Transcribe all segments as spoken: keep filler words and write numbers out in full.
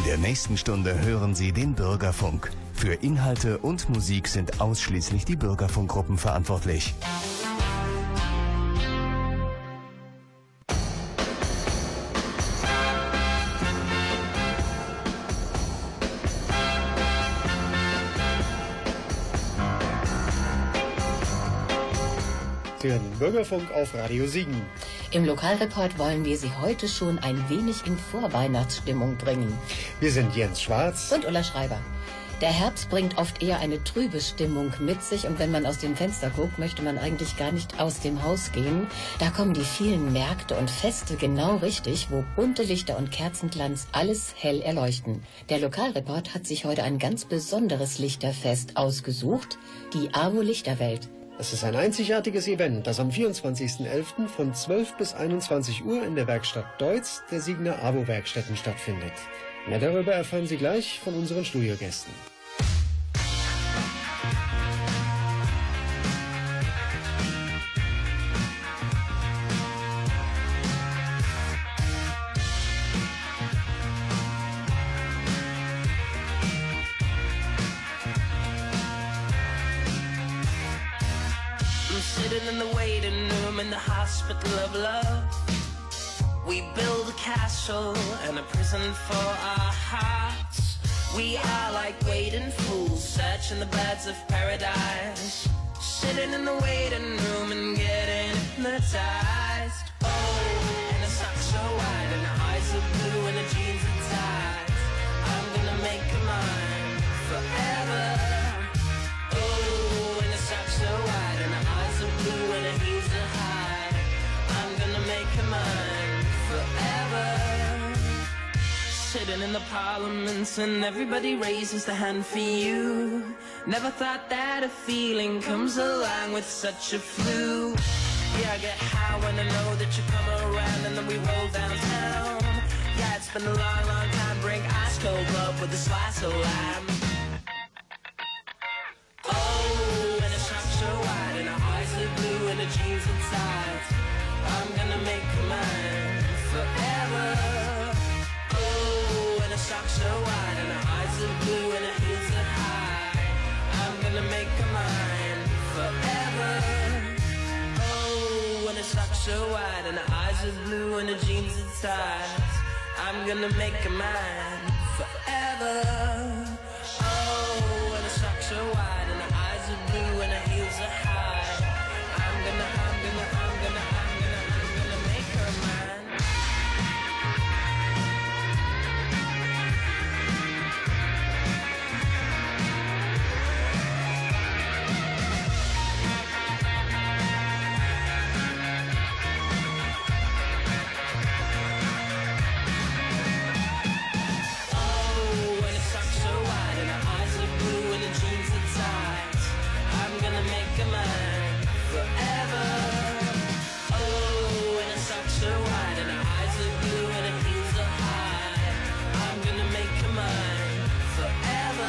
der nächsten Stunde hören Sie den Bürgerfunk. Für Inhalte und Musik sind ausschließlich die Bürgerfunkgruppen verantwortlich. Sie hören den Bürgerfunk auf Radio Siegen. Im Lokalreport wollen wir Sie heute schon ein wenig in Vorweihnachtsstimmung bringen. Wir sind Jens Schwarz und Ulla Schreiber. Der Herbst bringt oft eher eine trübe Stimmung mit sich und wenn man aus dem Fenster guckt, möchte man eigentlich gar nicht aus dem Haus gehen. Da kommen die vielen Märkte und Feste genau richtig, wo bunte Lichter und Kerzenglanz alles hell erleuchten. Der Lokalreport hat sich heute ein ganz besonderes Lichterfest ausgesucht, die AWO Lichterwelt. Es ist ein einzigartiges Event, das am vierundzwanzigsten elften von zwölf bis einundzwanzig Uhr in der Werkstatt Deutz der Siegener AWO-Werkstätten stattfindet. Mehr darüber erfahren Sie gleich von unseren Studiogästen. Sitting in the waiting room in the hospital of love. We build a castle and a prison for our hearts. We are like waiting fools, searching the beds of paradise. Sitting in the waiting room and getting hypnotized. Oh, and the socks so wide and the eyes are blue and the jeans are tight. I'm gonna make her mine forever. Oh, and the socks so wide and the eyes are blue and the heels are high. I'm gonna make her mine forever. Sitting in the parliaments and everybody raises the hand for you. Never thought that a feeling comes along with such a flu. Yeah, I get high when I know that you come around and then we roll downtown. Yeah, it's been a long, long time. Bring ice cold love with a slice of lime. Oh, and the socks so wide and her eyes are blue and the jeans are tight. I'm gonna make her mine forever. Oh, and the socks so wide and her eyes are blue and her heels are high. I'm gonna make her mine forever. Oh, and the socks so wide and her eyes are blue and her jeans are tight. I'm gonna make her mine forever. Oh, and the socks so wide and her eyes are blue and her heels are high. I'm gonna, I'm gonna, I'm gonna, I'm gonna, I'm gonna make her mine. Oh, and the socks so wide and her eyes are blue and the jeans are tight. I'm gonna make her mine forever. Oh, and the socks so wide and her eyes are blue and her heels are high. I'm gonna make her mine forever.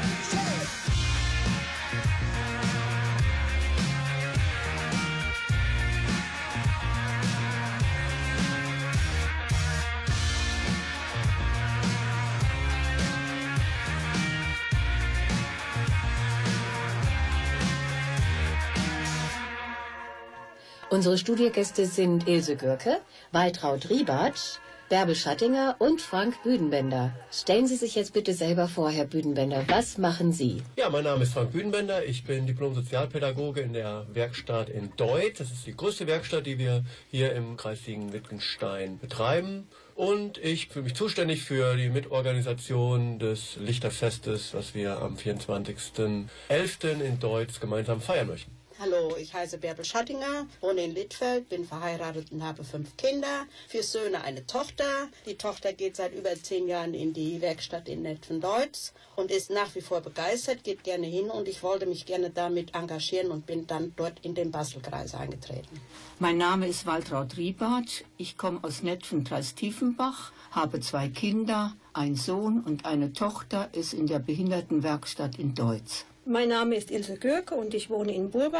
Unsere Studiogäste sind Ilse Gürke, Waltraud Riebert, Bärbel Schattinger und Frank Büdenbender. Stellen Sie sich jetzt bitte selber vor, Herr Büdenbender, was machen Sie? Ja, mein Name ist Frank Büdenbender, ich bin Diplom-Sozialpädagoge in der Werkstatt in Deutz. Das ist die größte Werkstatt, die wir hier im Kreis Siegen-Wittgenstein betreiben. Und ich fühle mich zuständig für die Mitorganisation des Lichterfestes, was wir am vierundzwanzigsten elften in Deutz gemeinsam feiern möchten. Hallo, ich heiße Bärbel Schattinger, wohne in Littfeld, bin verheiratet und habe fünf Kinder, vier Söhne, eine Tochter. Die Tochter geht seit über zehn Jahren in die Werkstatt in Netfen-Deutz und ist nach wie vor begeistert, geht gerne hin und ich wollte mich gerne damit engagieren und bin dann dort in den Bastelkreis eingetreten. Mein Name ist Waltraud Riebert, ich komme aus Netfen-Tiefenbach, habe zwei Kinder, ein Sohn und eine Tochter, ist in der Behindertenwerkstatt in Deutz. Mein Name ist Ilse Gürke und ich wohne in Burbach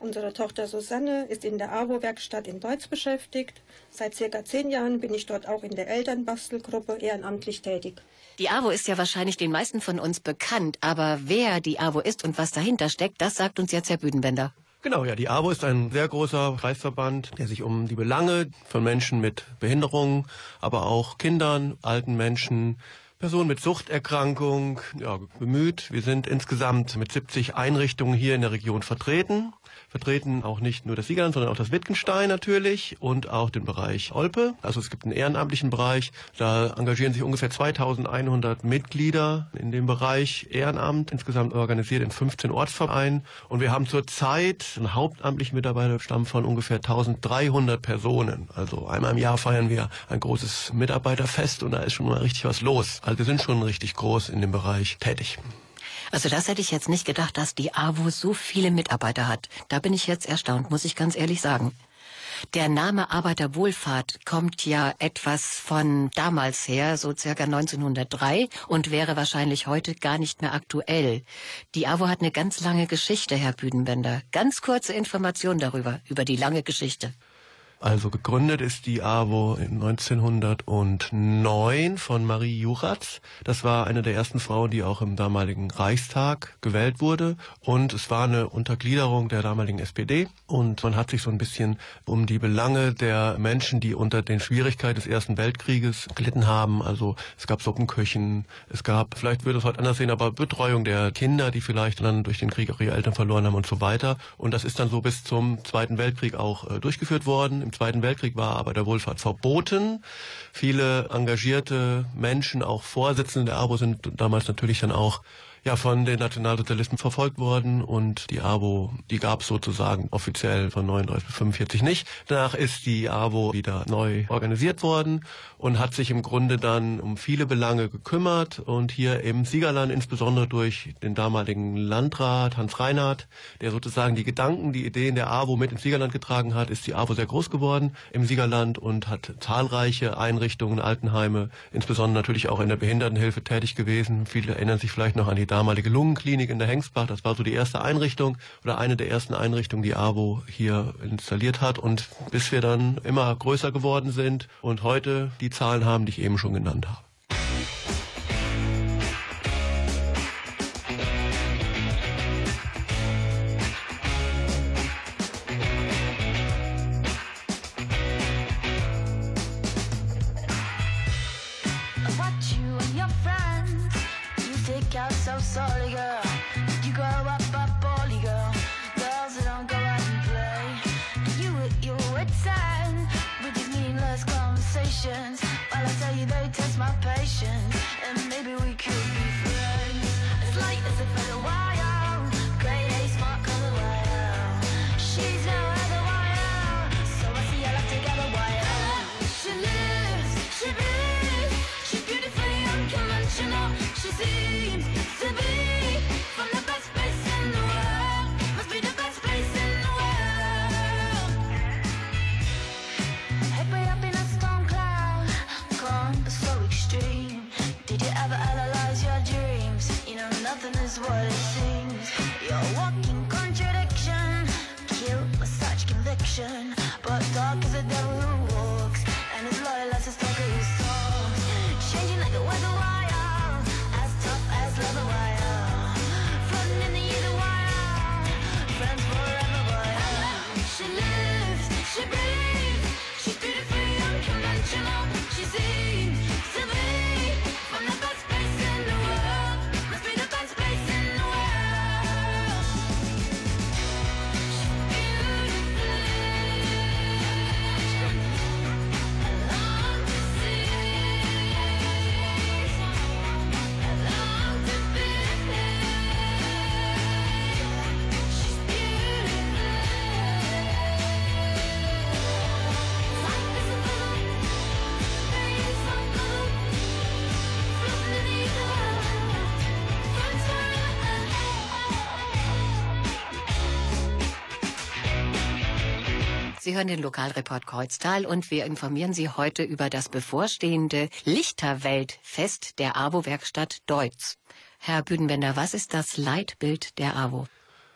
Unsere Tochter Susanne ist in der AWO-Werkstatt in Deutz beschäftigt. Seit circa zehn Jahren bin ich dort auch in der Elternbastelgruppe ehrenamtlich tätig. Die AWO ist ja wahrscheinlich den meisten von uns bekannt, aber wer die AWO ist und was dahinter steckt, das sagt uns jetzt Herr Büdenbender. Genau, ja, die AWO ist ein sehr großer Kreisverband, der sich um die Belange von Menschen mit Behinderungen, aber auch Kindern, alten Menschen, Personen mit Suchterkrankung ja, bemüht. Wir sind insgesamt mit siebzig Einrichtungen hier in der Region vertreten. Vertreten auch nicht nur das Siegerland, sondern auch das Wittgenstein natürlich und auch den Bereich Olpe. Also es gibt einen ehrenamtlichen Bereich. Da engagieren sich ungefähr zweitausendeinhundert Mitglieder in dem Bereich Ehrenamt, insgesamt organisiert in fünfzehn Ortsvereinen. Und wir haben zurzeit einen hauptamtlichen Mitarbeiterstamm von ungefähr eintausenddreihundert Personen. Also einmal im Jahr feiern wir ein großes Mitarbeiterfest und da ist schon mal richtig was los. Also wir sind schon richtig groß in dem Bereich tätig. Also das hätte ich jetzt nicht gedacht, dass die AWO so viele Mitarbeiter hat. Da bin ich jetzt erstaunt, muss ich ganz ehrlich sagen. Der Name Arbeiterwohlfahrt kommt ja etwas von damals her, so circa neunzehnhundertdrei, und wäre wahrscheinlich heute gar nicht mehr aktuell. Die AWO hat eine ganz lange Geschichte, Herr Büdenbender. Ganz kurze Information darüber, über die lange Geschichte. Also gegründet ist die AWO neunzehnhundertneun von Marie Juchatz. Das war eine der ersten Frauen, die auch im damaligen Reichstag gewählt wurde. Und es war eine Untergliederung der damaligen S P D. Und man hat sich so ein bisschen um die Belange der Menschen, die unter den Schwierigkeiten des Ersten Weltkrieges gelitten haben. Also es gab Suppenküchen, es gab, vielleicht würde es heute anders sehen, aber Betreuung der Kinder, die vielleicht dann durch den Krieg auch ihre Eltern verloren haben und so weiter. Und das ist dann so bis zum Zweiten Weltkrieg auch äh, durchgeführt worden. Im Zweiten Weltkrieg war Arbeiterwohlfahrt verboten. Viele engagierte Menschen, auch Vorsitzende der AWO, sind damals natürlich dann auch ja von den Nationalsozialisten verfolgt worden und die AWO, die gab es sozusagen offiziell von neununddreißig bis fünfundvierzig nicht. Danach ist die AWO wieder neu organisiert worden und hat sich im Grunde dann um viele Belange gekümmert und hier im Siegerland insbesondere durch den damaligen Landrat Hans Reinhardt, der sozusagen die Gedanken, die Ideen der AWO mit ins Siegerland getragen hat, ist die AWO sehr groß geworden im Siegerland und hat zahlreiche Einrichtungen, Altenheime, insbesondere natürlich auch in der Behindertenhilfe tätig gewesen. Viele erinnern sich vielleicht noch an die damalige Lungenklinik in der Hengstbach. Das war so die erste Einrichtung oder eine der ersten Einrichtungen, die AWO hier installiert hat. Und bis wir dann immer größer geworden sind und heute die Zahlen haben, die ich eben schon genannt habe. Sie hören den Lokalreport Kreuztal und wir informieren Sie heute über das bevorstehende Lichterweltfest der AWO-Werkstatt Deutz. Herr Büdenbender, was ist das Leitbild der AWO?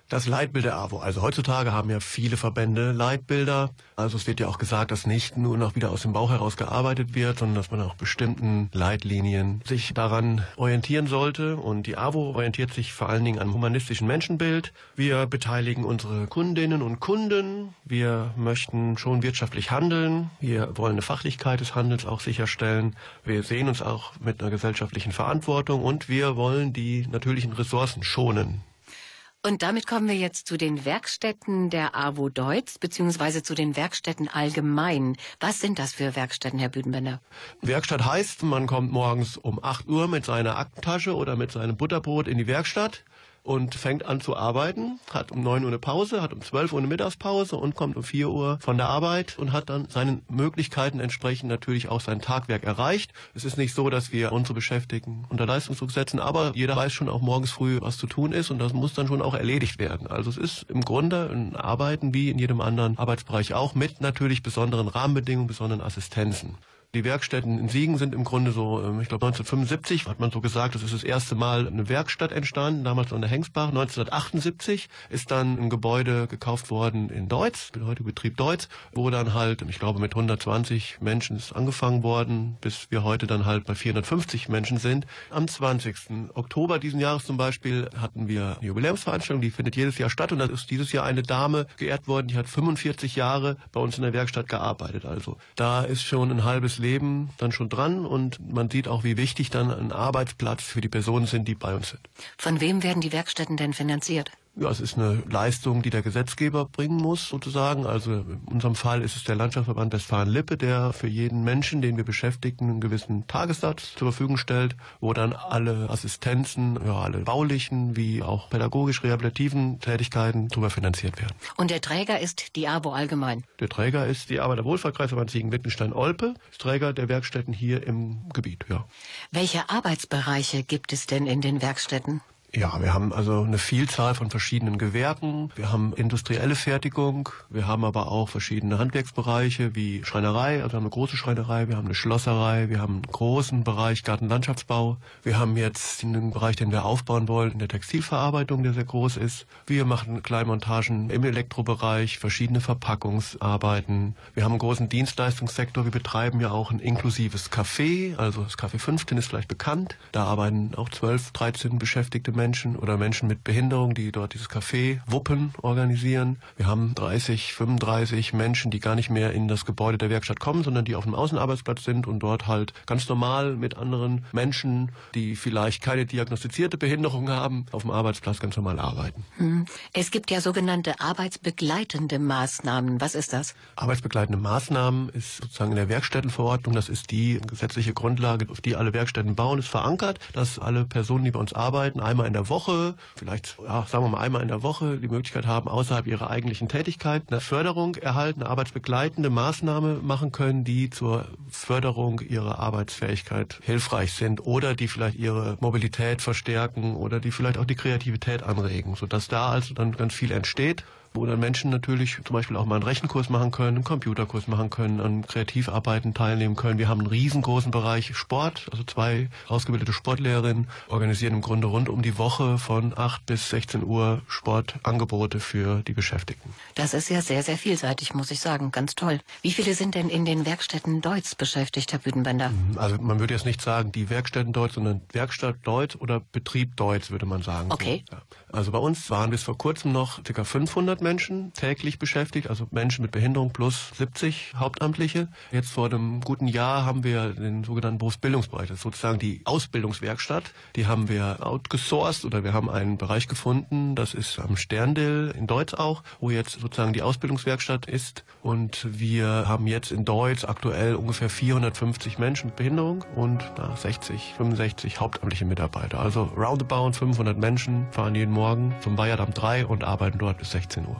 Das Leitbild der AWO. Also heutzutage haben ja viele Verbände Leitbilder. Also es wird ja auch gesagt, dass nicht nur noch wieder aus dem Bauch heraus gearbeitet wird, sondern dass man auch bestimmten Leitlinien sich daran orientieren sollte. Und die AWO orientiert sich vor allen Dingen am humanistischen Menschenbild. Wir beteiligen unsere Kundinnen und Kunden. Wir möchten schon wirtschaftlich handeln. Wir wollen eine Fachlichkeit des Handels auch sicherstellen. Wir sehen uns auch mit einer gesellschaftlichen Verantwortung und wir wollen die natürlichen Ressourcen schonen. Und damit kommen wir jetzt zu den Werkstätten der AWO Deutz, beziehungsweise zu den Werkstätten allgemein. Was sind das für Werkstätten, Herr Büdenbender? Werkstatt heißt, man kommt morgens um acht Uhr mit seiner Aktentasche oder mit seinem Butterbrot in die Werkstatt und fängt an zu arbeiten, hat um neun Uhr eine Pause, hat um zwölf Uhr eine Mittagspause und kommt um vier Uhr von der Arbeit und hat dann seinen Möglichkeiten entsprechend natürlich auch sein Tagwerk erreicht. Es ist nicht so, dass wir unsere Beschäftigten unter Leistungsdruck setzen, aber jeder weiß schon auch morgens früh, was zu tun ist und das muss dann schon auch erledigt werden. Also es ist im Grunde ein Arbeiten wie in jedem anderen Arbeitsbereich auch mit natürlich besonderen Rahmenbedingungen, besonderen Assistenzen. Die Werkstätten in Siegen sind im Grunde so, ich glaube neunzehnhundertfünfundsiebzig hat man so gesagt, das ist das erste Mal eine Werkstatt entstanden, damals an der Hengsbach. neunzehnhundertachtundsiebzig ist dann ein Gebäude gekauft worden in Deutz, der heutige Betrieb Deutz, wo dann halt, ich glaube mit hundertzwanzig Menschen ist angefangen worden, bis wir heute dann halt bei vierhundertfünfzig Menschen sind. Am zwanzigsten Oktober diesen Jahres zum Beispiel hatten wir eine Jubiläumsveranstaltung, die findet jedes Jahr statt und da ist dieses Jahr eine Dame geehrt worden, die hat fünfundvierzig Jahre bei uns in der Werkstatt gearbeitet. Also da ist schon ein halbes Leben dann schon dran und man sieht auch, wie wichtig dann ein Arbeitsplatz für die Personen sind, die bei uns sind. Von wem werden die Werkstätten denn finanziert? Ja, es ist eine Leistung, die der Gesetzgeber bringen muss, sozusagen. Also in unserem Fall ist es der Landschaftsverband Westfalen-Lippe, der für jeden Menschen, den wir beschäftigen, einen gewissen Tagessatz zur Verfügung stellt, wo dann alle Assistenzen, ja, alle baulichen wie auch pädagogisch-rehabilitativen Tätigkeiten drüber finanziert werden. Und der Träger ist die AWO allgemein? Der Träger ist die Arbeiterwohlfahrtkreisverband Siegen-Wittgenstein-Olpe, ist Träger der Werkstätten hier im Gebiet, ja. Welche Arbeitsbereiche gibt es denn in den Werkstätten? Ja, wir haben also eine Vielzahl von verschiedenen Gewerken. Wir haben industrielle Fertigung. Wir haben aber auch verschiedene Handwerksbereiche wie Schreinerei. Also wir haben eine große Schreinerei, wir haben eine Schlosserei, wir haben einen großen Bereich Gartenlandschaftsbau. Wir haben jetzt einen Bereich, den wir aufbauen wollen, in der Textilverarbeitung, der sehr groß ist. Wir machen Kleinmontagen im Elektrobereich, verschiedene Verpackungsarbeiten. Wir haben einen großen Dienstleistungssektor. Wir betreiben ja auch ein inklusives Café. Also das Café fünfzehn ist vielleicht bekannt. Da arbeiten auch zwölf, dreizehn Beschäftigte Menschen oder Menschen mit Behinderung, die dort dieses Café Wuppen organisieren. Wir haben dreißig, fünfunddreißig Menschen, die gar nicht mehr in das Gebäude der Werkstatt kommen, sondern die auf dem Außenarbeitsplatz sind und dort halt ganz normal mit anderen Menschen, die vielleicht keine diagnostizierte Behinderung haben, auf dem Arbeitsplatz ganz normal arbeiten. Hm. Es gibt ja sogenannte arbeitsbegleitende Maßnahmen. Was ist das? Arbeitsbegleitende Maßnahmen ist sozusagen in der Werkstättenverordnung, das ist die gesetzliche Grundlage, auf die alle Werkstätten bauen, ist verankert, dass alle Personen, die bei uns arbeiten, einmal in der Woche, vielleicht, ja, sagen wir mal einmal in der Woche, die Möglichkeit haben, außerhalb ihrer eigentlichen Tätigkeit eine Förderung erhalten, eine arbeitsbegleitende Maßnahme machen können, die zur Förderung ihrer Arbeitsfähigkeit hilfreich sind oder die vielleicht ihre Mobilität verstärken oder die vielleicht auch die Kreativität anregen, sodass da also dann ganz viel entsteht, wo dann Menschen natürlich zum Beispiel auch mal einen Rechenkurs machen können, einen Computerkurs machen können, an Kreativarbeiten teilnehmen können. Wir haben einen riesengroßen Bereich Sport, also zwei ausgebildete Sportlehrerinnen organisieren im Grunde rund um die Woche von acht bis sechzehn Uhr Sportangebote für die Beschäftigten. Das ist ja sehr, sehr vielseitig, muss ich sagen. Ganz toll. Wie viele sind denn in den Werkstätten Deutz beschäftigt, Herr Büdenbender? Also man würde jetzt nicht sagen, die Werkstätten Deutz, sondern Werkstatt Deutz oder Betrieb Deutz, würde man sagen. Okay. So, ja. Also bei uns waren bis vor kurzem noch ca. fünfhundert Menschen täglich beschäftigt, also Menschen mit Behinderung plus siebzig Hauptamtliche. Jetzt vor einem guten Jahr haben wir den sogenannten Berufsbildungsbereich, das ist sozusagen die Ausbildungswerkstatt. Die haben wir outgesourced oder wir haben einen Bereich gefunden, das ist am Sterndill in Deutz auch, wo jetzt sozusagen die Ausbildungswerkstatt ist. Und wir haben jetzt in Deutz aktuell ungefähr vierhundertfünfzig Menschen mit Behinderung und na, sechzig, fünfundsechzig hauptamtliche Mitarbeiter. Also roundabout fünfhundert Menschen fahren jeden Morgen zum Bayerdamm drei und arbeiten dort bis sechzehn Uhr.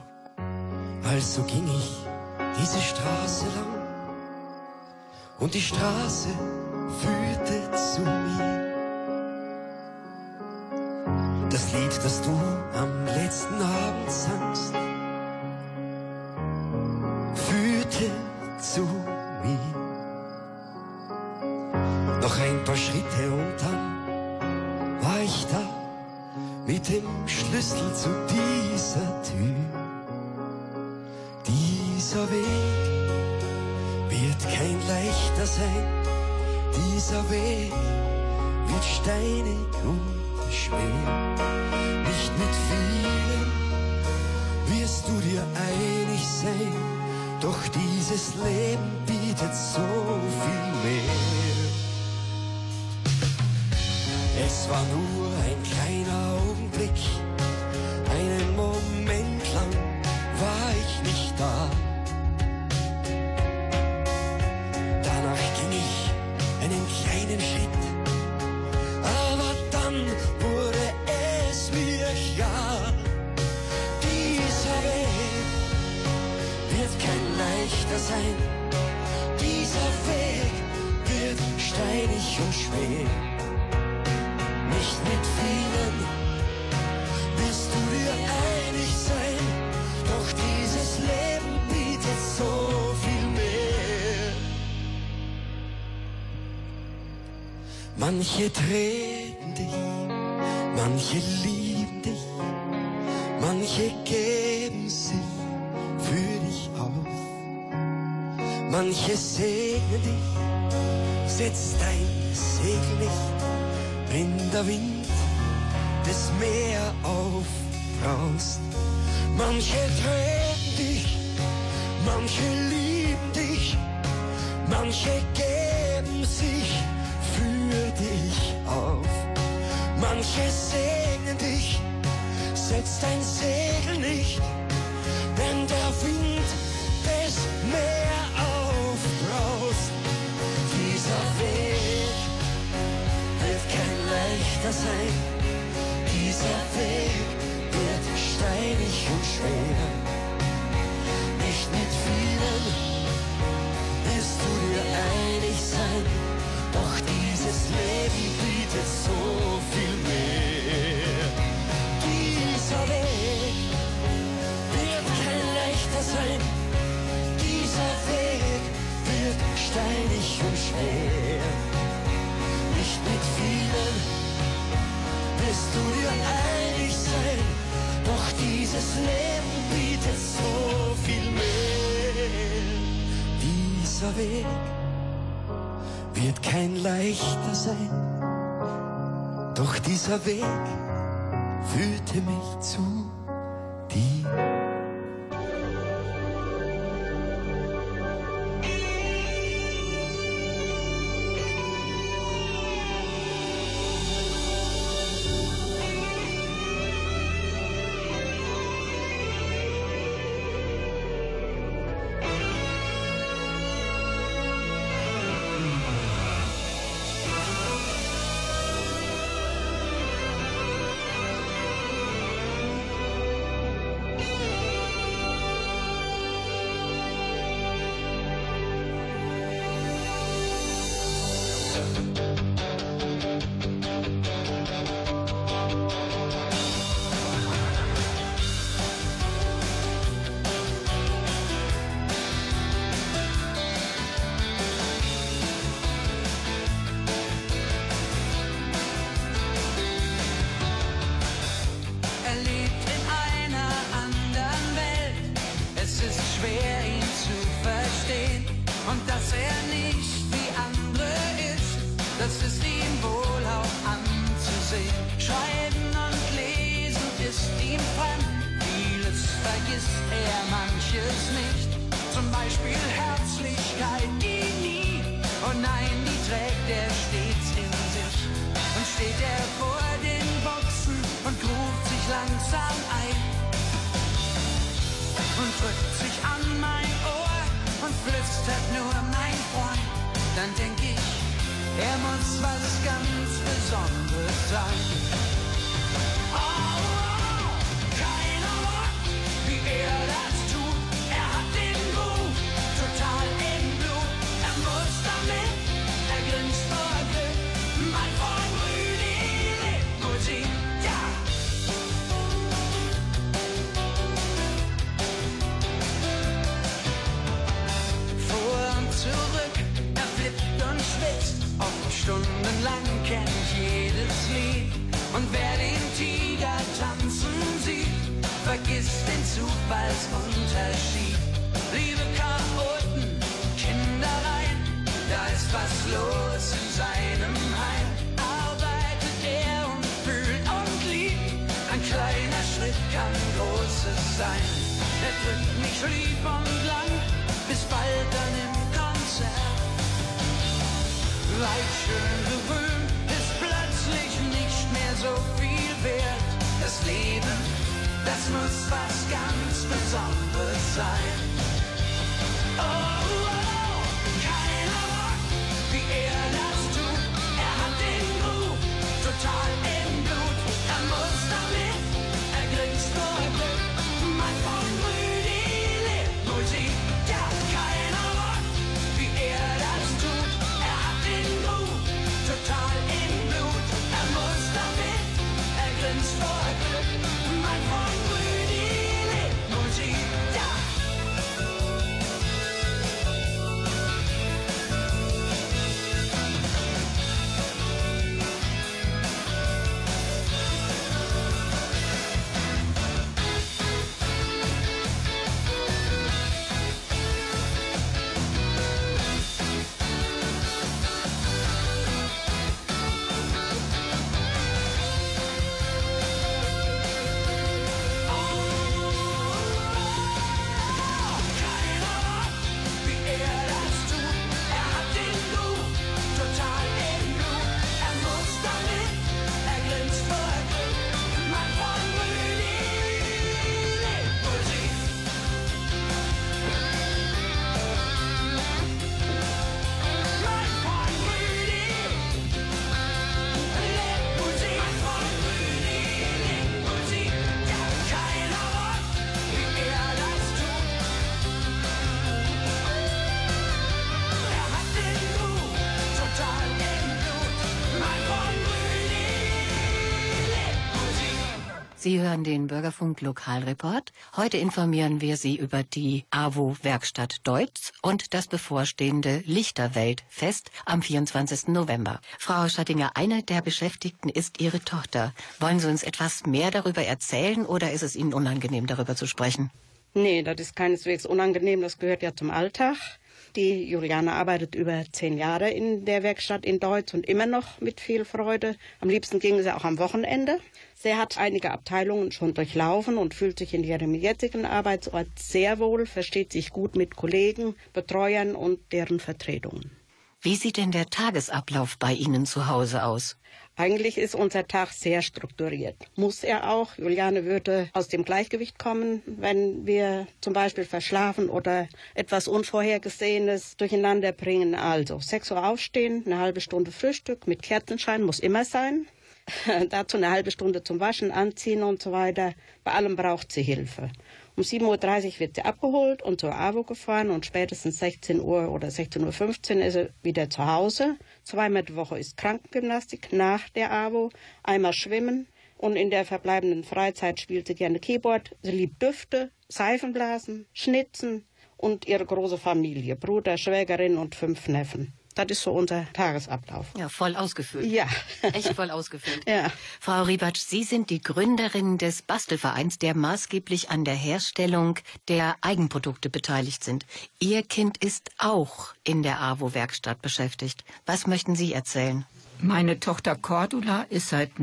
Also ging ich diese Straße lang und die Straße führte zu mir. Das Lied, das du am letzten Abend sangst, führte zu mir. Noch ein paar Schritte und dann war ich da mit dem Schlüssel zu dieser Tür. Dieser Weg wird kein leichter sein, dieser Weg wird steinig und schwer. Nicht mit vielen wirst du dir einig sein, doch dieses Leben bietet so viel mehr. Es war nur ein kleiner Augenblick, einen Moment lang war ich nicht da. Danach ging ich einen kleinen Schritt, aber dann wurde es mir klar, dieser Weg wird kein leichter sein, dieser Weg wird steinig und schwer. Nicht mit vielen wirst du dir einig sein, doch dieses Leben bietet so viel mehr. Manche treten dich, manche lieben dich, manche geben sich für dich auf. Manche segnen dich, setz dein Segel nicht, wenn der Wind das Meer aufbraust. Manche treten dich, manche lieben dich, manche geben sich für dich auf. Manche segnen dich, setz dein Segel nicht, wenn der Wind das Meer aufbraust. Dieser Weg wird kein leichter sein, dieser Weg wird steinig und schwer. Nicht mit vielen wirst du dir einig sein, doch dieses Leben bietet so viel mehr. Dieser Weg wird kein leichter sein, dieser Weg wird steinig und schwer. Nicht mit vielen wirst du dir einig sein, doch dieses Leben bietet so viel mehr. Dieser Weg wird kein leichter sein, doch dieser Weg führte mich zu dir. Stundenlang kennt jedes Lied. Und wer den Tiger Zufallsunterschied. Liebe Chaoten, Kindereien, da ist was los in seinem Heim. Arbeitet er und fühlt und liebt, ein kleiner Schritt kann Großes sein. Er drückt mich lieb und lang, bis bald dann im Konzert. Reich schön berühmt ist plötzlich nicht mehr so viel wert. Das Leben, das muss was ganz Besonderes sein. Oh, oh, keiner mag, wie er das tut. Er hat den Groove total im Blut. Er muss damit, er grinst vor Glück. Mein Freund Rüdi lebt Musik. Ja, keiner mag, wie er das tut. Er hat den Groove total im Blut. Er muss damit, er grinst vor Glück. Mein Freund Rüdi lebt Musik. Ja. Sie hören den Bürgerfunk Lokalreport. Heute informieren wir Sie über die AWO-Werkstatt Deutz und das bevorstehende Lichterweltfest am vierundzwanzigsten November. Frau Schattinger, eine der Beschäftigten ist Ihre Tochter. Wollen Sie uns etwas mehr darüber erzählen oder ist es Ihnen unangenehm, darüber zu sprechen? Nee, das ist keineswegs unangenehm, das gehört ja zum Alltag. Die Juliane arbeitet über zehn Jahre in der Werkstatt in Deutz und immer noch mit viel Freude. Am liebsten ging sie auch am Wochenende. Sie hat einige Abteilungen schon durchlaufen und fühlt sich in ihrem jetzigen Arbeitsort sehr wohl, versteht sich gut mit Kollegen, Betreuern und deren Vertretungen. Wie sieht denn der Tagesablauf bei Ihnen zu Hause aus? Eigentlich ist unser Tag sehr strukturiert. Muss er auch. Juliane würde aus dem Gleichgewicht kommen, wenn wir zum Beispiel verschlafen oder etwas Unvorhergesehenes durcheinander bringen. Also sechs Uhr aufstehen, eine halbe Stunde Frühstück mit Kerzenschein muss immer sein. Dazu eine halbe Stunde zum Waschen, Anziehen und so weiter. Bei allem braucht sie Hilfe. Um sieben Uhr dreißig wird sie abgeholt und zur AWO gefahren und spätestens sechzehn Uhr oder sechzehn Uhr fünfzehn ist sie wieder zu Hause. Zweimal die Woche ist Krankengymnastik nach der AWO, einmal Schwimmen und in der verbleibenden Freizeit spielt sie gerne Keyboard. Sie liebt Düfte, Seifenblasen, Schnitzen und ihre große Familie, Bruder, Schwägerin und fünf Neffen. Das ist so unser Tagesablauf. Ja, voll ausgefüllt. Ja. Echt voll ausgefüllt. Ja. Frau Riebatsch, Sie sind die Gründerin des Bastelvereins, der maßgeblich an der Herstellung der Eigenprodukte beteiligt sind. Ihr Kind ist auch in der AWO-Werkstatt beschäftigt. Was möchten Sie erzählen? Meine Tochter Cordula ist seit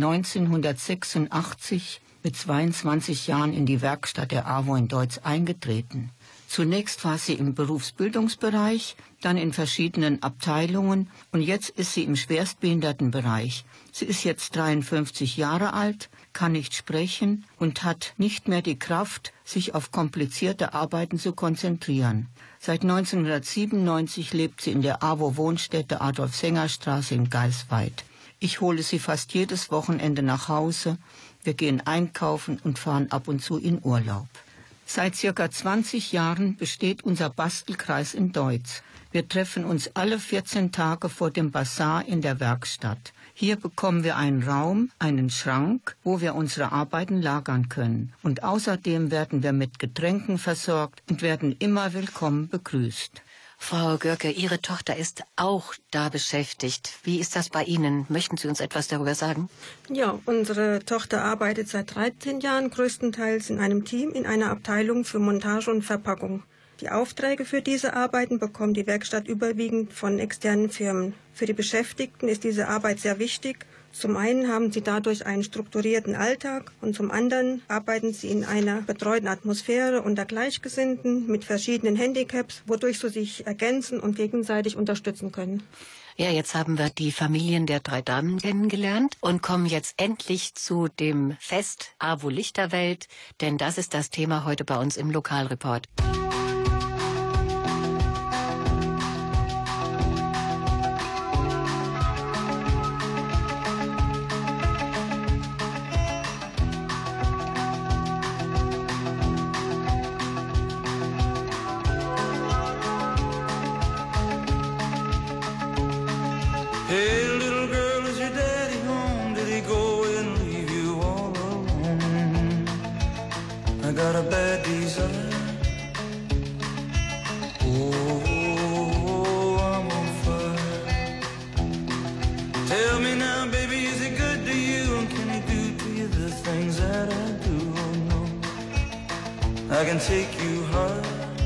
neunzehnhundertsechsundachtzig mit zweiundzwanzig Jahren in die Werkstatt der AWO in Deutz eingetreten. Zunächst war sie im Berufsbildungsbereich, dann in verschiedenen Abteilungen und jetzt ist sie im Schwerstbehindertenbereich. Sie ist jetzt dreiundfünfzig Jahre alt, kann nicht sprechen und hat nicht mehr die Kraft, sich auf komplizierte Arbeiten zu konzentrieren. Seit neunzehnhundertsiebenundneunzig lebt sie in der AWO-Wohnstätte Adolf-Sänger-Straße in Geisweid. Ich hole sie fast jedes Wochenende nach Hause. Wir gehen einkaufen und fahren ab und zu in Urlaub. Seit circa zwanzig Jahren besteht unser Bastelkreis in Deutz. Wir treffen uns alle vierzehn Tage vor dem Basar in der Werkstatt. Hier bekommen wir einen Raum, einen Schrank, wo wir unsere Arbeiten lagern können. Und außerdem werden wir mit Getränken versorgt und werden immer willkommen begrüßt. Frau Görke, Ihre Tochter ist auch da beschäftigt. Wie ist das bei Ihnen? Möchten Sie uns etwas darüber sagen? Ja, unsere Tochter arbeitet seit dreizehn Jahren größtenteils in einem Team in einer Abteilung für Montage und Verpackung. Die Aufträge für diese Arbeiten bekommt die Werkstatt überwiegend von externen Firmen. Für die Beschäftigten ist diese Arbeit sehr wichtig. Zum einen haben sie dadurch einen strukturierten Alltag und zum anderen arbeiten sie in einer betreuten Atmosphäre unter Gleichgesinnten mit verschiedenen Handicaps, wodurch sie sich ergänzen und gegenseitig unterstützen können. Ja, jetzt haben wir die Familien der drei Damen kennengelernt und kommen jetzt endlich zu dem Fest AWO Lichterwelt, denn das ist das Thema heute bei uns im Lokalreport. Hey, little girl, is your daddy home? Did he go and leave you all alone? I got a bad desire. Oh, I'm on fire. Tell me now, baby, is he good to you? And can he do to you the things that I do? Oh, no, I can take you high.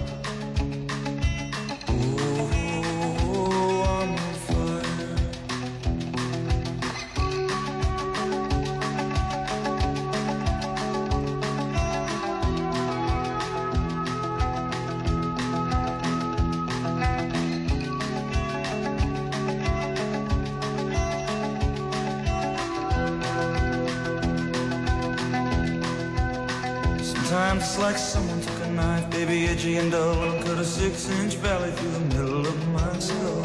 Sometimes it's like someone took a knife, baby, edgy and dull, and cut a six-inch valley through the middle of my skull.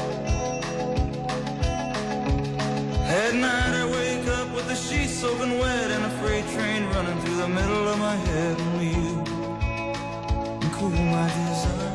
At night I wake up with the sheets soaking wet and a freight train running through the middle of my head. Only you can cool my desire.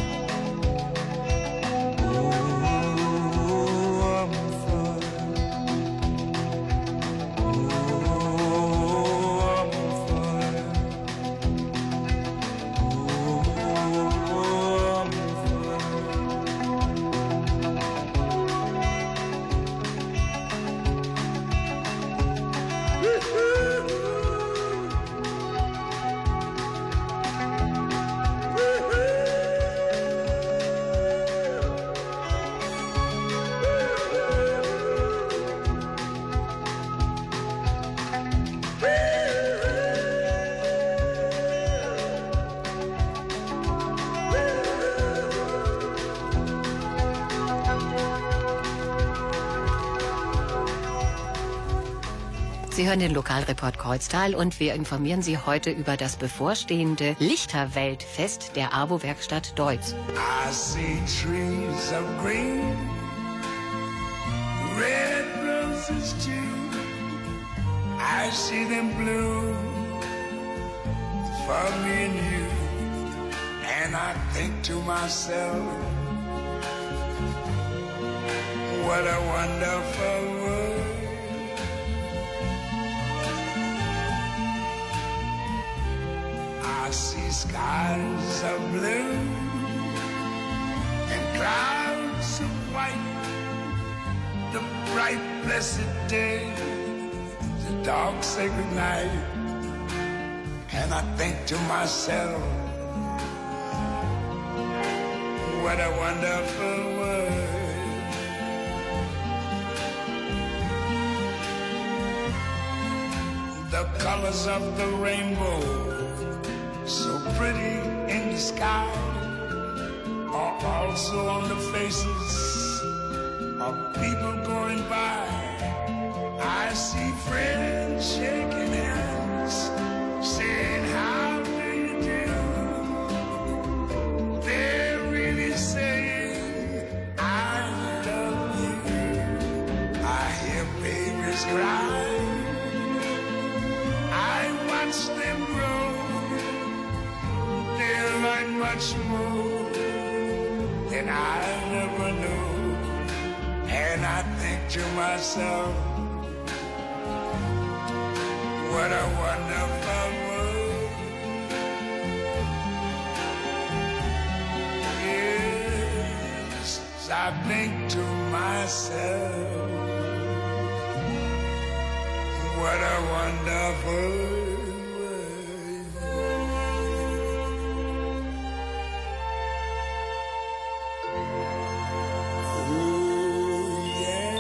Sie hören den Lokalreport Kreuztal und wir informieren Sie heute über das bevorstehende Lichterweltfest der AWO-Werkstatt Deutz. I see trees of green, red roses too. I see them bloom for me and you. And I think to myself, what a wonderful world. I see skies of blue and clouds of white, the bright blessed day, the dark sacred night. And I think to myself, what a wonderful world. The colors of the rainbow, so pretty in the sky, are also on the faces of people going by. I see friends shaking hands, saying, how do you do? They're really saying, I love you. I hear babies cry, I watch them grow. They'll learn much more than I ever knew. And I think to myself, what a wonderful world. Yeah. I think to myself, what a wonderful world. Oh, yeah.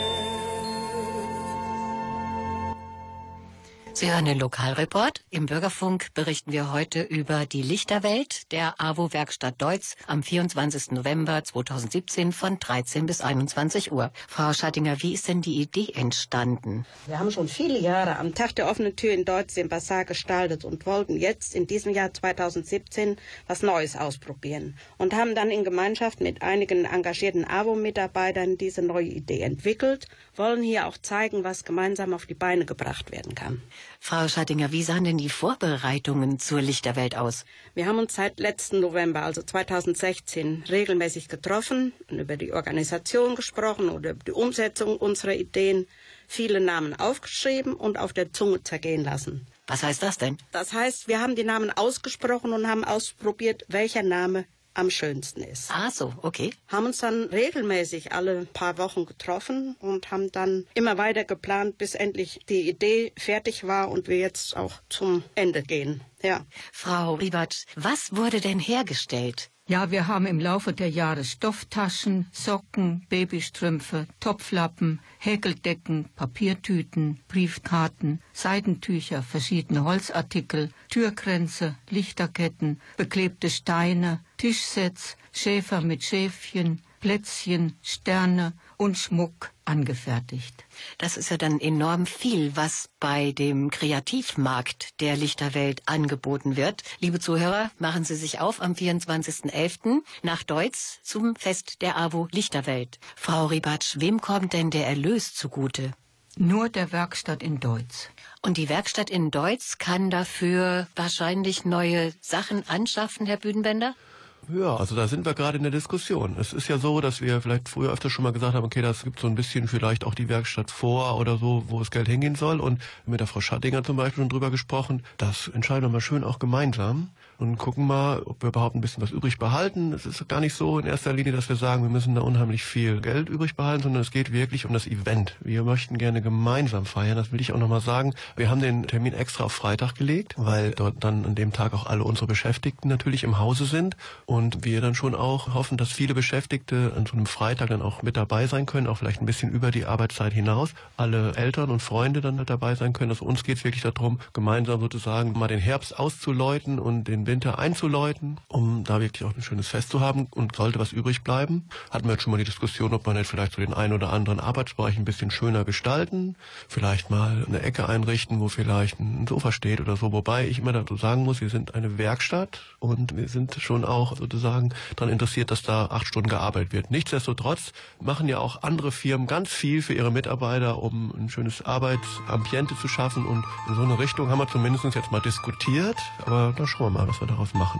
Sie hören den Lokalreport. Im Bürgerfunk berichten wir heute über die Lichterwelt der AWO-Werkstatt Deutz am vierundzwanzigsten November zweitausendsiebzehn von dreizehn bis einundzwanzig Uhr. Frau Schattinger, wie ist denn die Idee entstanden? Wir haben schon viele Jahre am Tag der offenen Tür in Deutz den Basar gestaltet und wollten jetzt in diesem Jahr zweitausendsiebzehn was Neues ausprobieren und haben dann in Gemeinschaft mit einigen engagierten AWO-Mitarbeitern diese neue Idee entwickelt, wollen hier auch zeigen, was gemeinsam auf die Beine gebracht werden kann. Frau Schattinger, wie sahen denn die Vorbereitungen zur Lichterwelt aus? Wir haben uns seit letzten November, also zweitausendsechzehn, regelmäßig getroffen und über die Organisation gesprochen oder über die Umsetzung unserer Ideen, viele Namen aufgeschrieben und auf der Zunge zergehen lassen. Was heißt das denn? Das heißt, wir haben die Namen ausgesprochen und haben ausprobiert, welcher Name am schönsten ist. Ah so, okay. Haben uns dann regelmäßig alle paar Wochen getroffen und haben dann immer weiter geplant, bis endlich die Idee fertig war und wir jetzt auch zum Ende gehen. Ja. Frau Ribatsch, was wurde denn hergestellt? Ja, wir haben im Laufe der Jahre Stofftaschen, Socken, Babystrümpfe, Topflappen, Häkeldecken, Papiertüten, Briefkarten, Seidentücher, verschiedene Holzartikel, Türkränze, Lichterketten, beklebte Steine, Tischsets, Schäfer mit Schäfchen, Plätzchen, Sterne und Schmuck angefertigt. Das ist ja dann enorm viel, was bei dem Kreativmarkt der Lichterwelt angeboten wird. Liebe Zuhörer, machen Sie sich auf am vierundzwanzigsten elften nach Deutz zum Fest der AWO Lichterwelt. Frau Ribatsch, wem kommt denn der Erlös zugute? Nur der Werkstatt in Deutz. Und die Werkstatt in Deutz kann dafür wahrscheinlich neue Sachen anschaffen, Herr Büdenbender? Ja, also da sind wir gerade in der Diskussion. Es ist ja so, dass wir vielleicht früher öfter schon mal gesagt haben, okay, das gibt so ein bisschen vielleicht auch die Werkstatt vor oder so, wo das Geld hingehen soll. Und mit der Frau Schattinger zum Beispiel schon drüber gesprochen. Das entscheiden wir mal schön auch gemeinsam und gucken mal, ob wir überhaupt ein bisschen was übrig behalten. Es ist gar nicht so in erster Linie, dass wir sagen, wir müssen da unheimlich viel Geld übrig behalten, sondern es geht wirklich um das Event. Wir möchten gerne gemeinsam feiern, das will ich auch nochmal sagen. Wir haben den Termin extra auf Freitag gelegt, weil dort dann an dem Tag auch alle unsere Beschäftigten natürlich im Hause sind. Und wir dann schon auch hoffen, dass viele Beschäftigte an so einem Freitag dann auch mit dabei sein können, auch vielleicht ein bisschen über die Arbeitszeit hinaus. Alle Eltern und Freunde dann halt dabei sein können. Also uns geht es wirklich darum, gemeinsam sozusagen mal den Herbst auszuläuten und den Winter einzuläuten, um da wirklich auch ein schönes Fest zu haben. Und sollte was übrig bleiben, hatten wir jetzt schon mal die Diskussion, ob man jetzt vielleicht so den einen oder anderen Arbeitsbereich ein bisschen schöner gestalten, vielleicht mal eine Ecke einrichten, wo vielleicht ein Sofa steht oder so. Wobei ich immer dazu sagen muss, wir sind eine Werkstatt und wir sind schon auch sozusagen daran interessiert, dass da acht Stunden gearbeitet wird. Nichtsdestotrotz machen ja auch andere Firmen ganz viel für ihre Mitarbeiter, um ein schönes Arbeitsambiente zu schaffen. Und in so eine Richtung haben wir zumindest jetzt mal diskutiert. Aber da schauen wir mal, was wir daraus machen.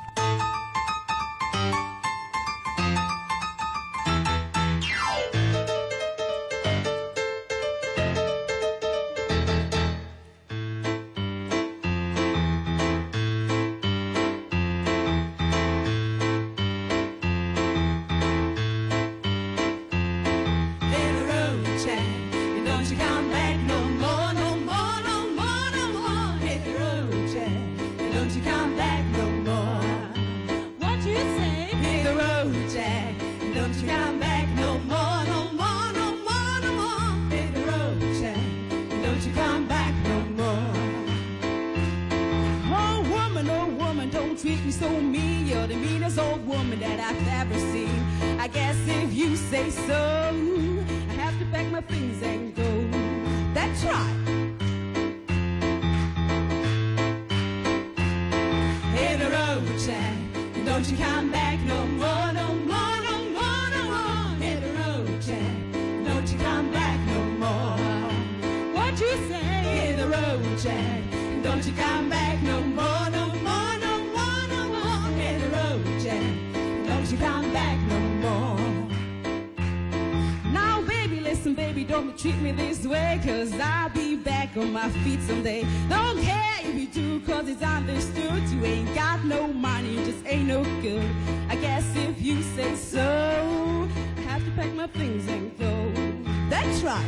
Treat me this way, cause I'll be back on my feet someday. Don't care if you do, cause it's understood. You ain't got no money, you just ain't no good. I guess if you say so, I have to to pack my things and go. That's right.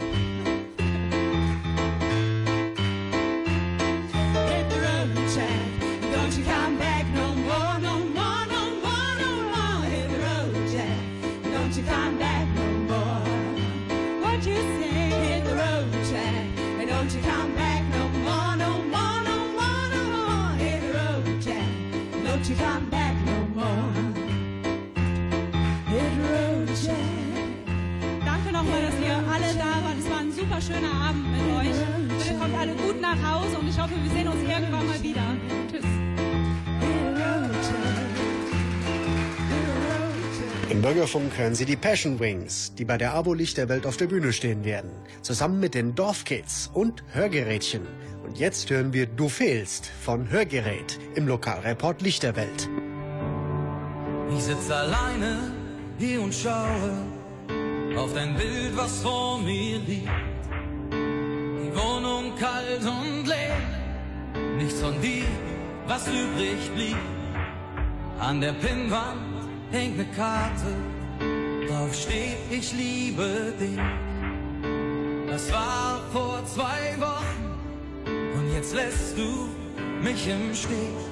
Hit the road, Jack. Don't you come back no more, no more, no more, no more. Hit the road, Jack. Don't you come back no more. What you say? Hit the road, Jack. And don't you come back no more, no more, no more, no more. Hit the road, Jack. Don't you come back no more. Hit the road, Jack. Danke nochmal, dass ihr alle da wart. Es war ein super schöner Abend mit euch. Bitte kommt alle gut nach Hause und ich hoffe, wir sehen uns irgendwann mal wieder. Tschüss. Im Bürgerfunk hören Sie die Passion Wings, die bei der AWO Lichterwelt auf der Bühne stehen werden. Zusammen mit den Dorfkids und Hörgerätchen. Und jetzt hören wir Du fehlst von Hörgerät im Lokalreport Lichterwelt. Ich sitze alleine hier und schaue auf dein Bild, was vor mir liegt. Die Wohnung kalt und leer, nichts von dir, was übrig blieb. An der Pinnwand hängt ne Karte, drauf steht, ich liebe dich. Das war vor zwei Wochen und jetzt lässt du mich im Stich.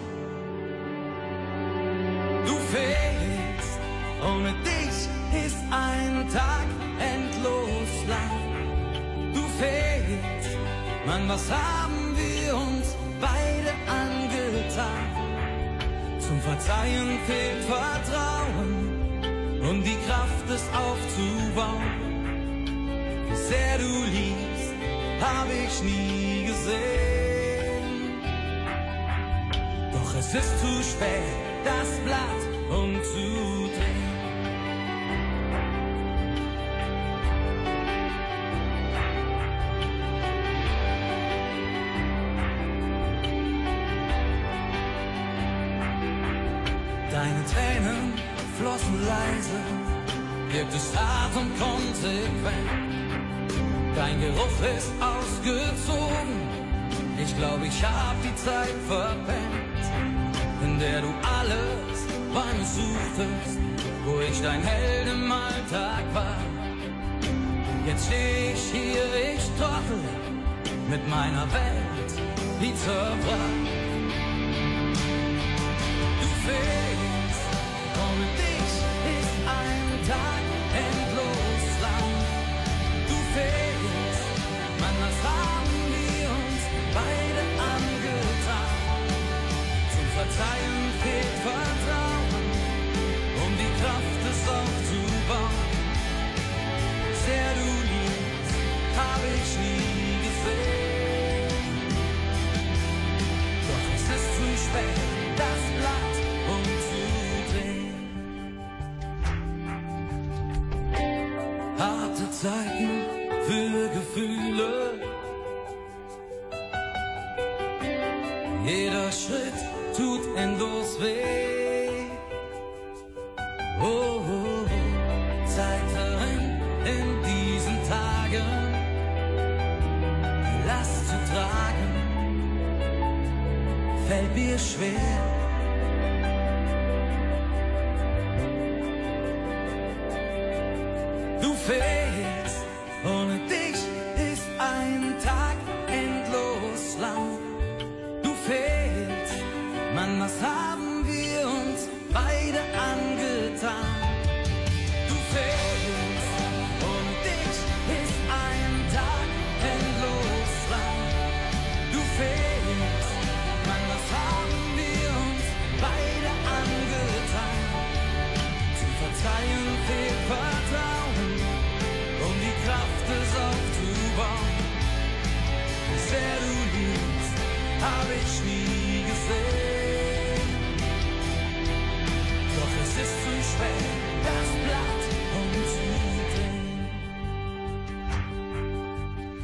Du fehlst, ohne dich ist ein Tag endlos lang. Du fehlst, Mann, was haben wir uns beide angetan? Zum Verzeihen fehlt Vertrauen und die Kraft, es aufzubauen. Wie sehr du liebst, hab ich nie gesehen. Doch es ist zu spät, das Blatt umzudrehen. Deine Tränen flossen leise, wirkt es hart und konsequent. Dein Geruch ist ausgezogen, ich glaub, ich hab die Zeit verpennt, in der du alles bei mir suchtest, wo ich dein Held im Alltag war. Jetzt steh ich hier, ich trottel, mit meiner Welt wie zerbracht. Du fehlst, ohne dich ist ein Tag endlos lang. Du fehlst, Mann, was haben wir uns beide angetan? Zum Verzeihen fehlt Vertrauen, um die Kraft, es aufzubauen. Sehr du liebst, hab ich nie gesehen. Doch es ist zu spät, das Blatt umzudrehen. Harte Zeiten für Gefühle. Jeder Schritt tut endlos weh. Oh, oh, oh. Zeit verrinnt in diesen Tagen. Die Last zu tragen fällt mir schwer. Du fehlst, ohne dich ist ein Tag endlos lang. Du fehlst, Mann, was haben wir uns beide angetan? Du fehlst, ohne dich ist ein Tag endlos lang. Du fehlst, Mann, was haben wir uns beide angetan? Zu verzeihen fehlt Vertrauen, um die Kraft, es aufzubauen. Wie sehr du liebst, hab ich nie gesehen. Doch es ist zu spät, das Blatt umzudrehen.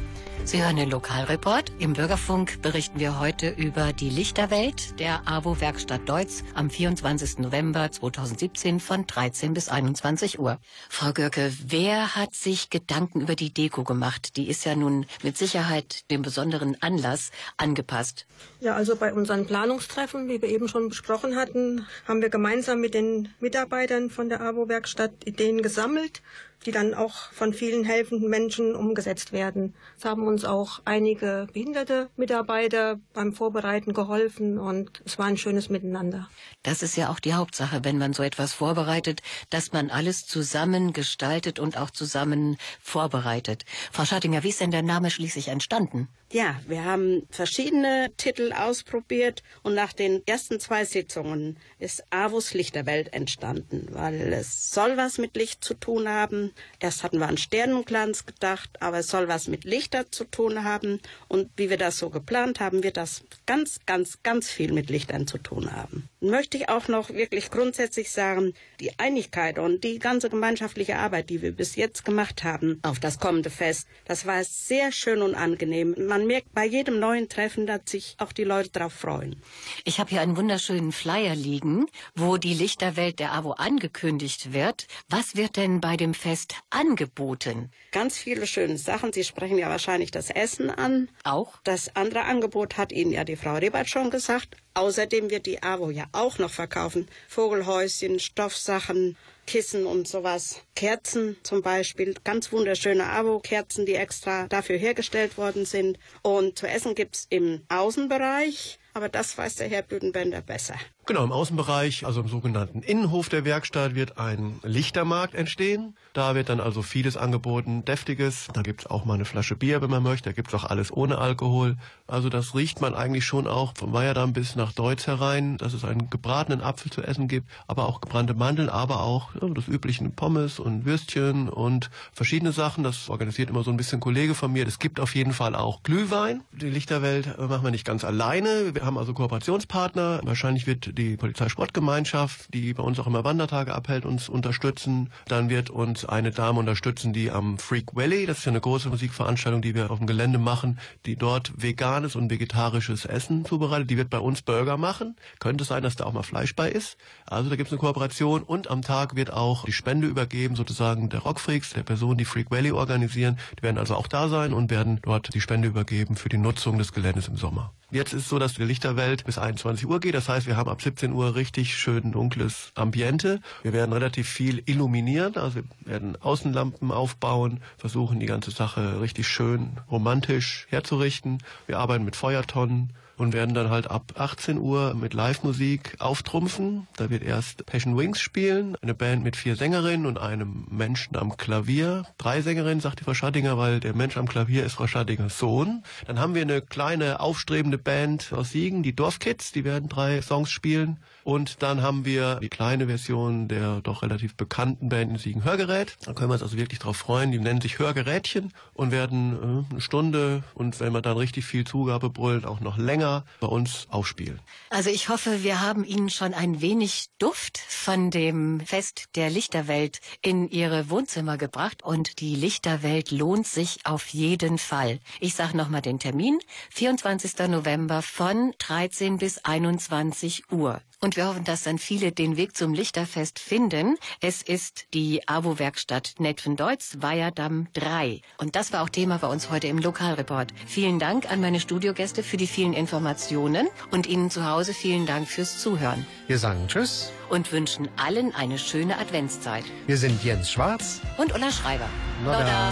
Sie hören den Lokalreport. Im Bürgerfunk berichten wir heute über die Lichterwelt der AWO-Werkstatt Deutz am vierundzwanzigsten November zweitausendsiebzehn von dreizehn bis einundzwanzig Uhr. Frau Görke, wer hat sich Gedanken über die Deko gemacht? Die ist ja nun mit Sicherheit dem besonderen Anlass angepasst. Ja, also bei unseren Planungstreffen, wie wir eben schon besprochen hatten, haben wir gemeinsam mit den Mitarbeitern von der AWO-Werkstatt Ideen gesammelt, die dann auch von vielen helfenden Menschen umgesetzt werden. Es haben uns auch einige behinderte Mitarbeiter beim Vorbereiten geholfen und es war ein schönes Miteinander. Das ist ja auch die Hauptsache, wenn man so etwas vorbereitet, dass man alles zusammen gestaltet und auch zusammen vorbereitet. Frau Schattinger, wie ist denn der Name schließlich entstanden? Ja, wir haben verschiedene Titel ausprobiert und nach den ersten zwei Sitzungen ist AWOs Lichterwelt entstanden, weil es soll was mit Licht zu tun haben. Erst hatten wir an Sternenglanz gedacht, aber es soll was mit Lichter zu tun haben und wie wir das so geplant haben, wird das ganz, ganz, ganz viel mit Lichtern zu tun haben. Und möchte ich auch noch wirklich grundsätzlich sagen, die Einigkeit und die ganze gemeinschaftliche Arbeit, die wir bis jetzt gemacht haben auf das kommende Fest, das war sehr schön und angenehm. Man merkt bei jedem neuen Treffen, dass sich auch die Leute darauf freuen. Ich habe hier einen wunderschönen Flyer liegen, wo die Lichterwelt der AWO angekündigt wird. Was wird denn bei dem Fest angeboten? Ganz viele schöne Sachen. Sie sprechen ja wahrscheinlich das Essen an. Auch? Das andere Angebot hat Ihnen ja die Frau Rebert schon gesagt. Außerdem wird die AWO ja auch noch verkaufen. Vogelhäuschen, Stoffsachen, Kissen und sowas. Kerzen zum Beispiel, ganz wunderschöne AWO-Kerzen, die extra dafür hergestellt worden sind. Und zu essen gibt's im Außenbereich, aber das weiß der Herr Büdenbender besser. Genau, im Außenbereich, also im sogenannten Innenhof der Werkstatt, wird ein Lichtermarkt entstehen. Da wird dann also vieles angeboten, Deftiges. Da gibt's auch mal eine Flasche Bier, wenn man möchte. Da gibt's auch alles ohne Alkohol. Also das riecht man eigentlich schon auch vom Weiherdamm bis nach Deutz herein, dass es einen gebratenen Apfel zu essen gibt, aber auch gebrannte Mandeln, aber auch ja, das übliche Pommes und Würstchen und verschiedene Sachen. Das organisiert immer so ein bisschen ein Kollege von mir. Es gibt auf jeden Fall auch Glühwein. Die Lichterwelt machen wir nicht ganz alleine. Wir haben also Kooperationspartner. Wahrscheinlich wird die Polizeisportgemeinschaft, die bei uns auch immer Wandertage abhält, uns unterstützen. Dann wird uns eine Dame unterstützen, die am Freak Valley, das ist ja eine große Musikveranstaltung, die wir auf dem Gelände machen, die dort veganes und vegetarisches Essen zubereitet. Die wird bei uns Burger machen. Könnte sein, dass da auch mal Fleisch bei ist. Also da gibt es eine Kooperation und am Tag wird auch die Spende übergeben, sozusagen der Rockfreaks, der Personen, die Freak Valley organisieren. Die werden also auch da sein und werden dort die Spende übergeben für die Nutzung des Geländes im Sommer. Jetzt ist es so, dass die Lichterwelt bis einundzwanzig Uhr geht. Das heißt, wir haben ab siebzehn Uhr richtig schön dunkles Ambiente. Wir werden relativ viel illuminieren. Also wir werden Außenlampen aufbauen, versuchen die ganze Sache richtig schön romantisch herzurichten. Wir arbeiten mit Feuertonnen und werden dann halt ab achtzehn Uhr mit Live-Musik auftrumpfen. Da wird erst Passion Wings spielen, eine Band mit vier Sängerinnen und einem Menschen am Klavier. Drei Sängerinnen, sagt die Frau Schattinger, weil der Mensch am Klavier ist Frau Schattingers Sohn. Dann haben wir eine kleine, aufstrebende Band aus Siegen, die Dorfkids, die werden drei Songs spielen. Und dann haben wir die kleine Version der doch relativ bekannten Band in Siegen, Hörgerät. Da können wir uns also wirklich drauf freuen. Die nennen sich Hörgerätchen und werden äh, eine Stunde und wenn wir dann richtig viel Zugabe brüllen, auch noch länger bei uns aufspielen. Also ich hoffe, wir haben Ihnen schon ein wenig Duft von dem Fest der Lichterwelt in Ihre Wohnzimmer gebracht und die Lichterwelt lohnt sich auf jeden Fall. Ich sage nochmal den Termin, vierundzwanzigsten November von dreizehn bis einundzwanzig Uhr. Und wir hoffen, dass dann viele den Weg zum Lichterfest finden. Es ist die AWO-Werkstatt Netphen-Deutz, Weiherdamm drei. Und das war auch Thema bei uns heute im Lokalreport. Vielen Dank an meine Studiogäste für die vielen Informationen und Ihnen zu Hause vielen Dank fürs Zuhören. Wir sagen Tschüss und wünschen allen eine schöne Adventszeit. Wir sind Jens Schwarz und Ulla Schreiber. Loda. Loda.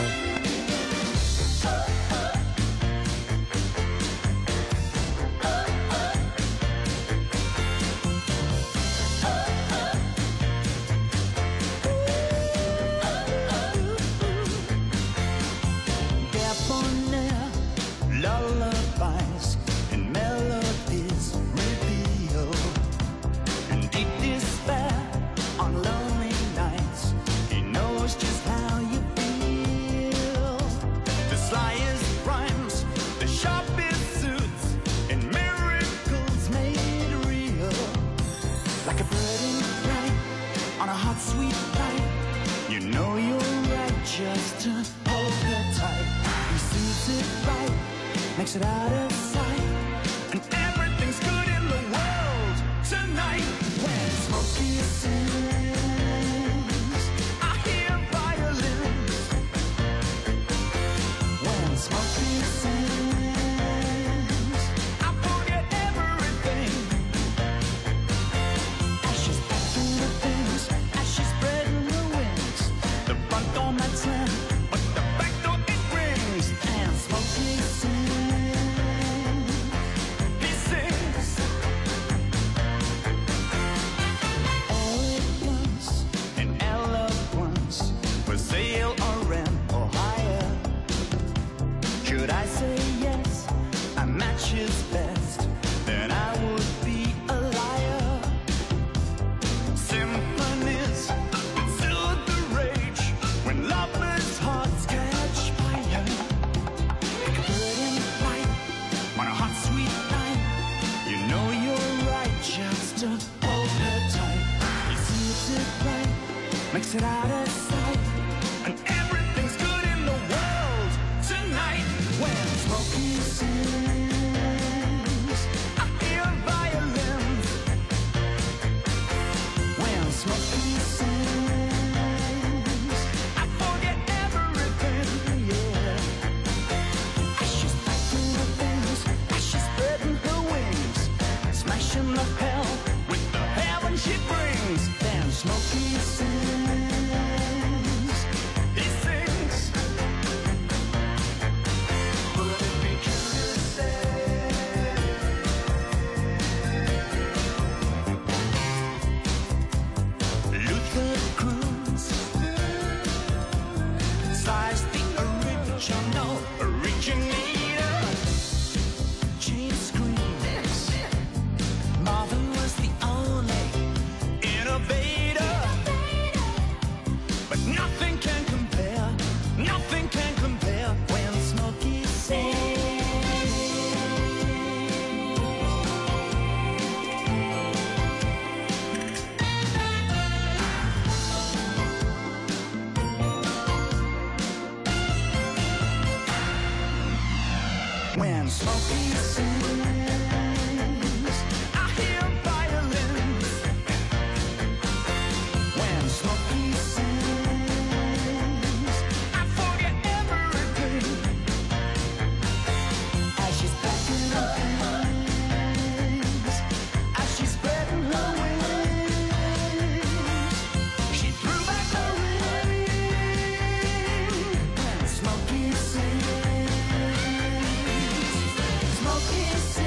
Lullabies and melodies reveal in deep despair on lonely nights. He knows just how you feel. The slyest rhymes, the sharpest suits, and miracles made real. Like a bird in flight on a hot, sweet night. You know you're right, just to hold her tight. He suits it right. makes it out of sight, and everything's good in the world tonight. When Smokey sings, I hear violins. When Smokey sings, I forget everything. Ashes packing the things, ashes spreading the wings. The front door might slam, but the back door it rings. And Smokey sings, he sings. Elegance and eloquence for sale or rent or hire. Should I say yes, I match his best, then I would be a liar. Symphonies that soothe the rage when lovers' hearts catch fire. Like a bird in flight on a hot, sweet night, you know you're right just to hold her tight. He sees it right, makes it out of sight, and everything's good in the world tonight. When Smokey sings, I hear violins. When Smokey sings, I forget everything, yeah. Ashes packing the things, ashes spreading her wings, smashing the hell with the heaven she brings. Then Smokey sings, he sings. Would it be true to say Luther Cruz size the original originator? James Screams, Marvin was the only innovator. But nothing can compare, nothing can compare when Smokey sings. When Smokey sings, I hear violins. When Smokey sings, I forget everything. As she's packing her things, as she's spreading her wings, she threw back her ring. When Smokey sings, Smokey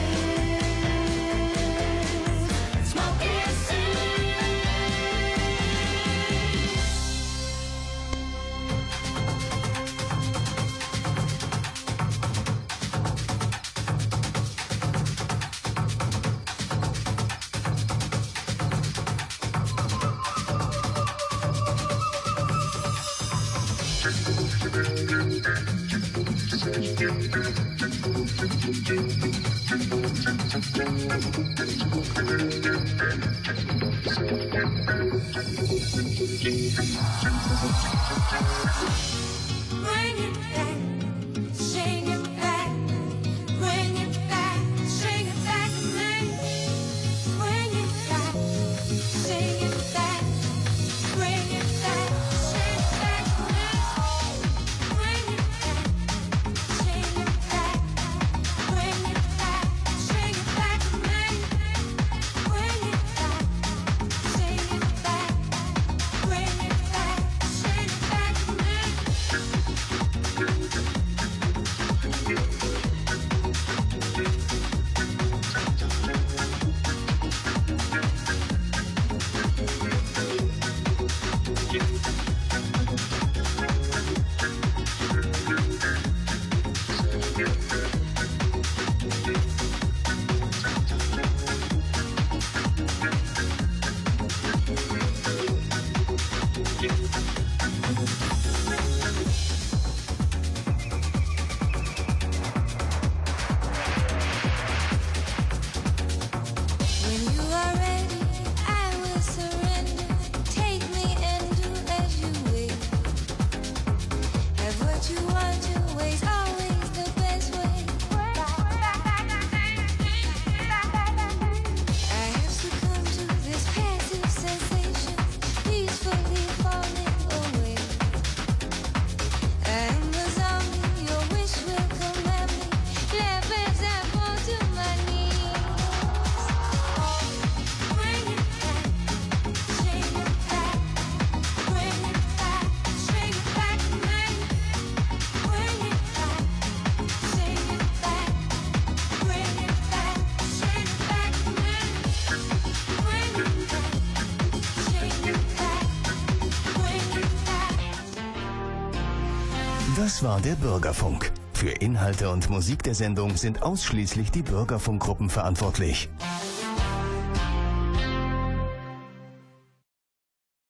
sings, Smokey Bring it back, sing it back, bring it back, sing it back to me. Bring it back, sing it back, bring it back, sing it back to me. Bring it back, sing it back, bring it back, sing it back to me. Das war der Bürgerfunk. Für Inhalte und Musik der Sendung sind ausschließlich die Bürgerfunkgruppen verantwortlich.